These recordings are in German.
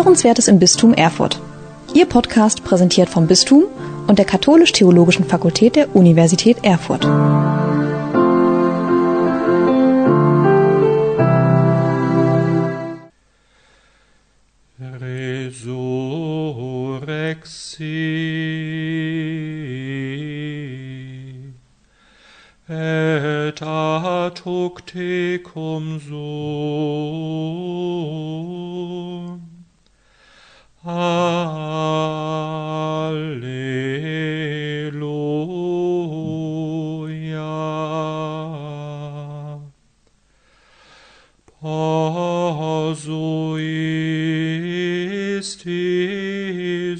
Hörenswertes im Bistum Erfurt. Ihr Podcast präsentiert vom Bistum und der Katholisch-Theologischen Fakultät der Universität Erfurt. Resurrexi et ad hoc tecum sum. Alleluia. Posuisti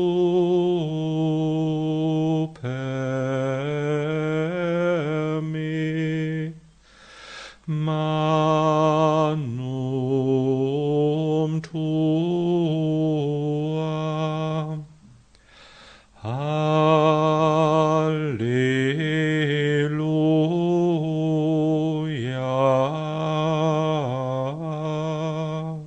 super me manum tuam. Alleluia.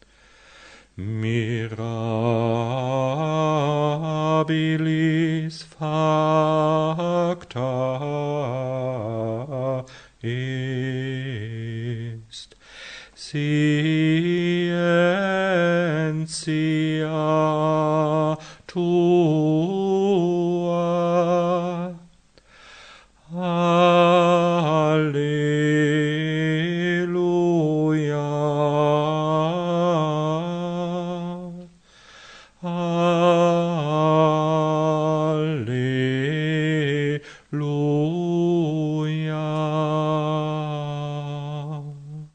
Mirabilis facta est scientia tua. Alleluia. Alleluia.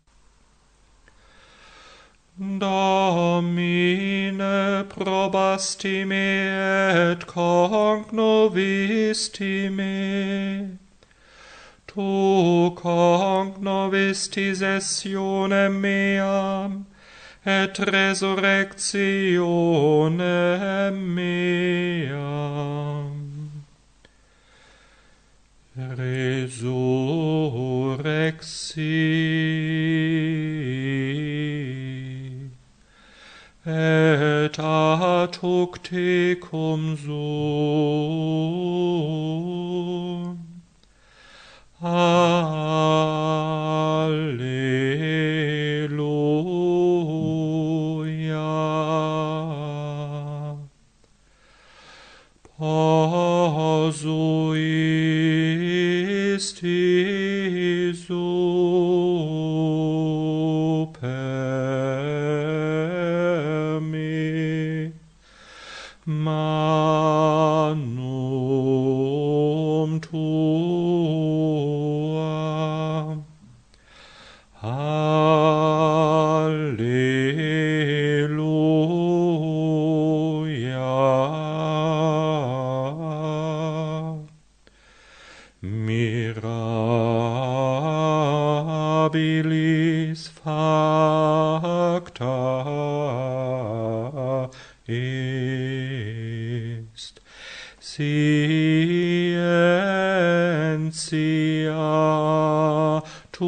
Domine probasti me et cognovisti me. Tu cognovisti sessionem meam et resurrectionem meam. Resurrexi et ad hoc tecum sum. Alleluia. Posuisti super me manum tuam. Alleluia. Mirabilis facta est scientia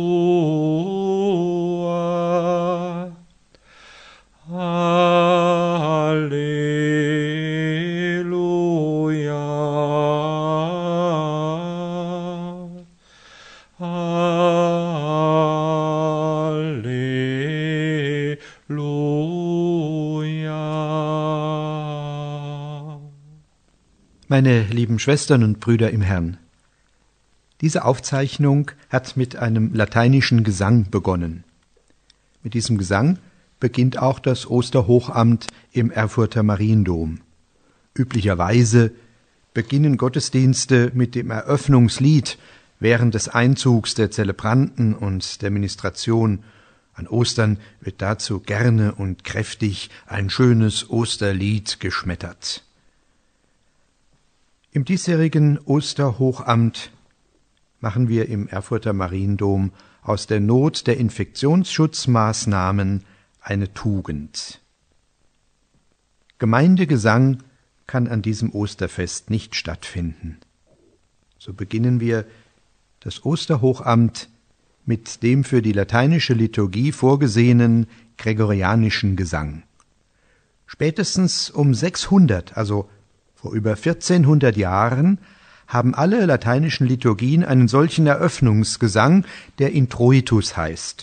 tua. Alleluia. Alleluia. Meine lieben Schwestern und Brüder im Herrn, diese Aufzeichnung hat mit einem lateinischen Gesang begonnen. Mit diesem Gesang beginnt auch das Osterhochamt im Erfurter Mariendom. Üblicherweise beginnen Gottesdienste mit dem Eröffnungslied während des Einzugs der Zelebranten und der Ministration. An Ostern wird dazu gerne und kräftig ein schönes Osterlied geschmettert. Im diesjährigen Osterhochamt machen wir im Erfurter Mariendom aus der Not der Infektionsschutzmaßnahmen eine Tugend. Gemeindegesang kann an diesem Osterfest nicht stattfinden. So beginnen wir das Osterhochamt mit dem für die lateinische Liturgie vorgesehenen gregorianischen Gesang. Spätestens um 600, also vor über 1400 Jahren, haben alle lateinischen Liturgien einen solchen Eröffnungsgesang, der Introitus heißt.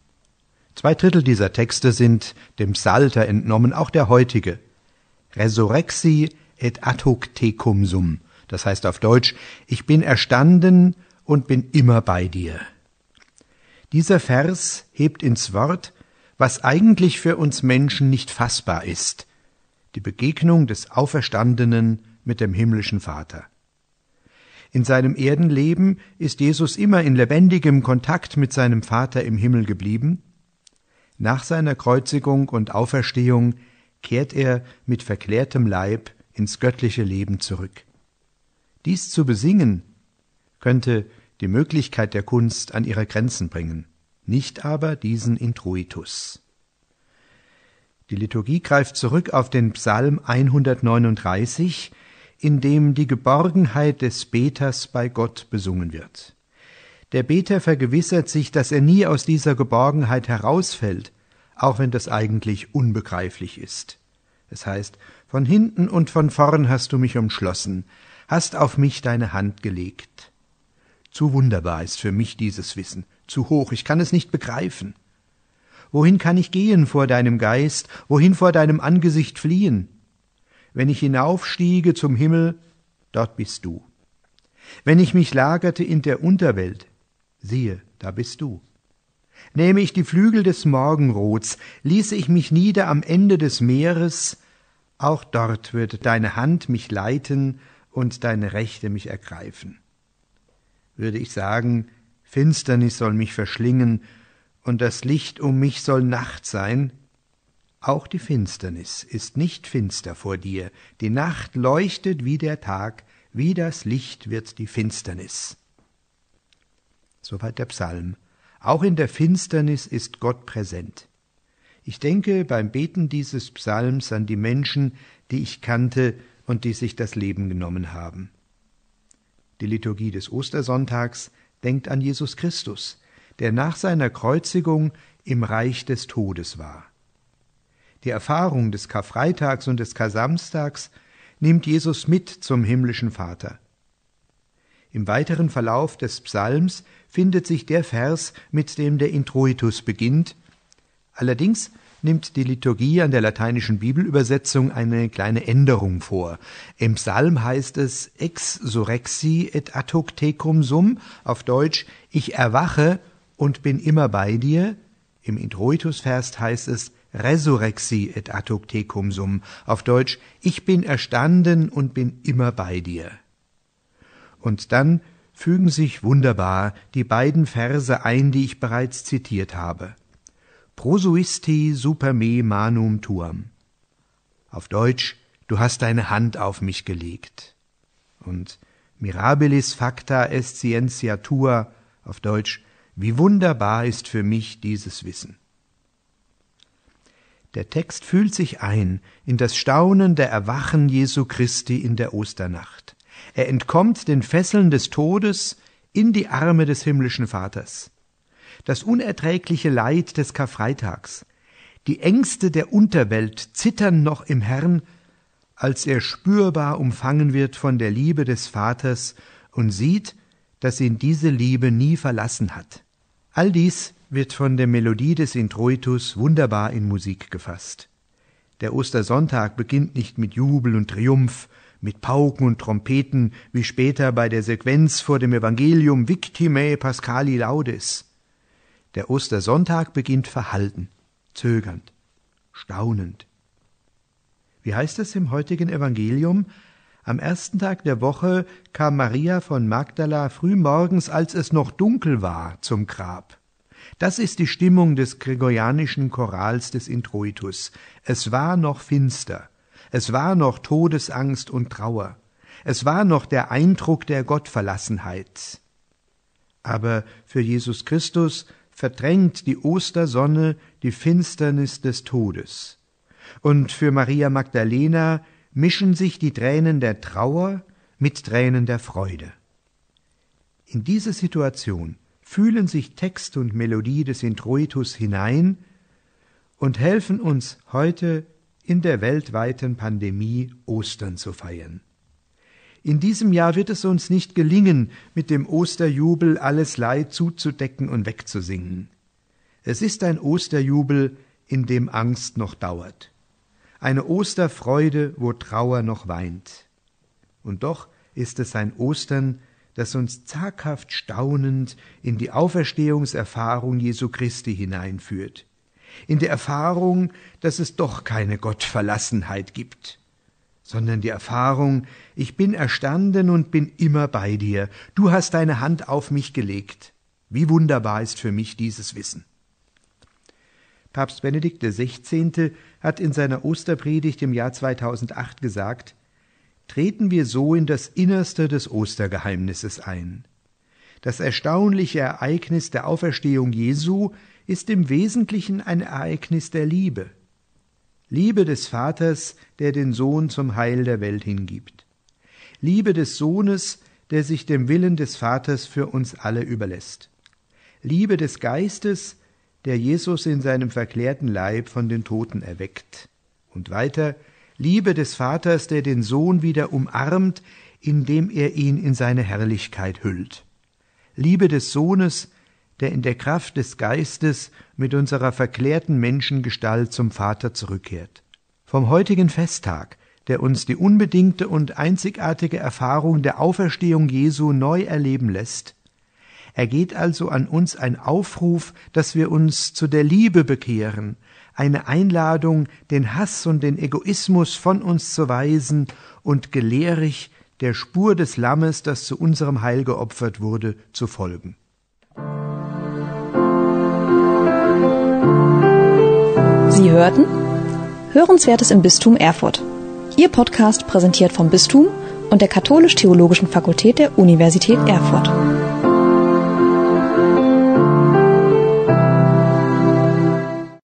2/3 dieser Texte sind dem Psalter entnommen, auch der heutige. Resurrexi et ad hoc tecum sum. Das heißt auf Deutsch, ich bin erstanden und bin immer bei dir. Dieser Vers hebt ins Wort, was eigentlich für uns Menschen nicht fassbar ist: die Begegnung des Auferstandenen mit dem himmlischen Vater. In seinem Erdenleben ist Jesus immer in lebendigem Kontakt mit seinem Vater im Himmel geblieben. Nach seiner Kreuzigung und Auferstehung kehrt er mit verklärtem Leib ins göttliche Leben zurück. Dies zu besingen, könnte die Möglichkeit der Kunst an ihre Grenzen bringen, nicht aber diesen Introitus. Die Liturgie greift zurück auf den Psalm 139, in dem die Geborgenheit des Beters bei Gott besungen wird. Der Beter vergewissert sich, dass er nie aus dieser Geborgenheit herausfällt, auch wenn das eigentlich unbegreiflich ist. Es heißt, von hinten und von vorn hast du mich umschlossen, hast auf mich deine Hand gelegt. Zu wunderbar ist für mich dieses Wissen, zu hoch, ich kann es nicht begreifen. Wohin kann ich gehen vor deinem Geist, wohin vor deinem Angesicht fliehen? Wenn ich hinaufstiege zum Himmel, dort bist du. Wenn ich mich lagerte in der Unterwelt, siehe, da bist du. Nähme ich die Flügel des Morgenrots, ließe ich mich nieder am Ende des Meeres, auch dort würde deine Hand mich leiten und deine Rechte mich ergreifen. Würde ich sagen, Finsternis soll mich verschlingen und das Licht um mich soll Nacht sein, auch die Finsternis ist nicht finster vor dir, die Nacht leuchtet wie der Tag, wie das Licht wird die Finsternis. Soweit der Psalm. Auch in der Finsternis ist Gott präsent. Ich denke beim Beten dieses Psalms an die Menschen, die ich kannte und die sich das Leben genommen haben. Die Liturgie des Ostersonntags denkt an Jesus Christus, der nach seiner Kreuzigung im Reich des Todes war. Die Erfahrung des Karfreitags und des Kar-Samstags nimmt Jesus mit zum himmlischen Vater. Im weiteren Verlauf des Psalms findet sich der Vers, mit dem der Introitus beginnt. Allerdings nimmt die Liturgie an der lateinischen Bibelübersetzung eine kleine Änderung vor. Im Psalm heißt es ex surrexi et ad hoc tecum sum, auf Deutsch, ich erwache und bin immer bei dir. Im Introitus-Vers heißt es resurrexi et ad hoc tecum sum, auf Deutsch, ich bin erstanden und bin immer bei dir. Und dann fügen sich wunderbar die beiden Verse ein, die ich bereits zitiert habe. Prosuisti super me manum tuam. Auf Deutsch, du hast deine Hand auf mich gelegt. Und mirabilis facta est scientia tua, auf Deutsch, wie wunderbar ist für mich dieses Wissen. Der Text fühlt sich ein in das staunende Erwachen Jesu Christi in der Osternacht. Er entkommt den Fesseln des Todes in die Arme des himmlischen Vaters. Das unerträgliche Leid des Karfreitags, die Ängste der Unterwelt zittern noch im Herrn, als er spürbar umfangen wird von der Liebe des Vaters und sieht, dass ihn diese Liebe nie verlassen hat. All dies wird von der Melodie des Introitus wunderbar in Musik gefasst. Der Ostersonntag beginnt nicht mit Jubel und Triumph, mit Pauken und Trompeten, wie später bei der Sequenz vor dem Evangelium Victimae Paschali Laudes. Der Ostersonntag beginnt verhalten, zögernd, staunend. Wie heißt es im heutigen Evangelium? Am ersten Tag der Woche kam Maria von Magdala frühmorgens, als es noch dunkel war, zum Grab. Das ist die Stimmung des gregorianischen Chorals des Introitus. Es war noch finster. Es war noch Todesangst und Trauer. Es war noch der Eindruck der Gottverlassenheit. Aber für Jesus Christus verdrängt die Ostersonne die Finsternis des Todes. Und für Maria Magdalena mischen sich die Tränen der Trauer mit Tränen der Freude. In diese Situation fühlen sich Text und Melodie des Introitus hinein und helfen uns heute in der weltweiten Pandemie Ostern zu feiern. In diesem Jahr wird es uns nicht gelingen, mit dem Osterjubel alles Leid zuzudecken und wegzusingen. Es ist ein Osterjubel, in dem Angst noch dauert. Eine Osterfreude, wo Trauer noch weint. Und doch ist es ein Ostern, das uns zaghaft staunend in die Auferstehungserfahrung Jesu Christi hineinführt. In der Erfahrung, dass es doch keine Gottverlassenheit gibt, sondern die Erfahrung, ich bin erstanden und bin immer bei dir. Du hast deine Hand auf mich gelegt. Wie wunderbar ist für mich dieses Wissen. Papst Benedikt XVI. Hat in seiner Osterpredigt im Jahr 2008 gesagt, treten wir so in das Innerste des Ostergeheimnisses ein. Das erstaunliche Ereignis der Auferstehung Jesu ist im Wesentlichen ein Ereignis der Liebe. Liebe des Vaters, der den Sohn zum Heil der Welt hingibt. Liebe des Sohnes, der sich dem Willen des Vaters für uns alle überlässt. Liebe des Geistes, der Jesus in seinem verklärten Leib von den Toten erweckt. Und weiter, Liebe des Vaters, der den Sohn wieder umarmt, indem er ihn in seine Herrlichkeit hüllt. Liebe des Sohnes, der in der Kraft des Geistes mit unserer verklärten Menschengestalt zum Vater zurückkehrt. Vom heutigen Festtag, der uns die unbedingte und einzigartige Erfahrung der Auferstehung Jesu neu erleben lässt, ergeht also an uns ein Aufruf, dass wir uns zu der Liebe bekehren, eine Einladung, den Hass und den Egoismus von uns zu weisen und gelehrig der Spur des Lammes, das zu unserem Heil geopfert wurde, zu folgen. Sie hörten Hörenswertes im Bistum Erfurt. Ihr Podcast präsentiert vom Bistum und der Katholisch-Theologischen Fakultät der Universität Erfurt.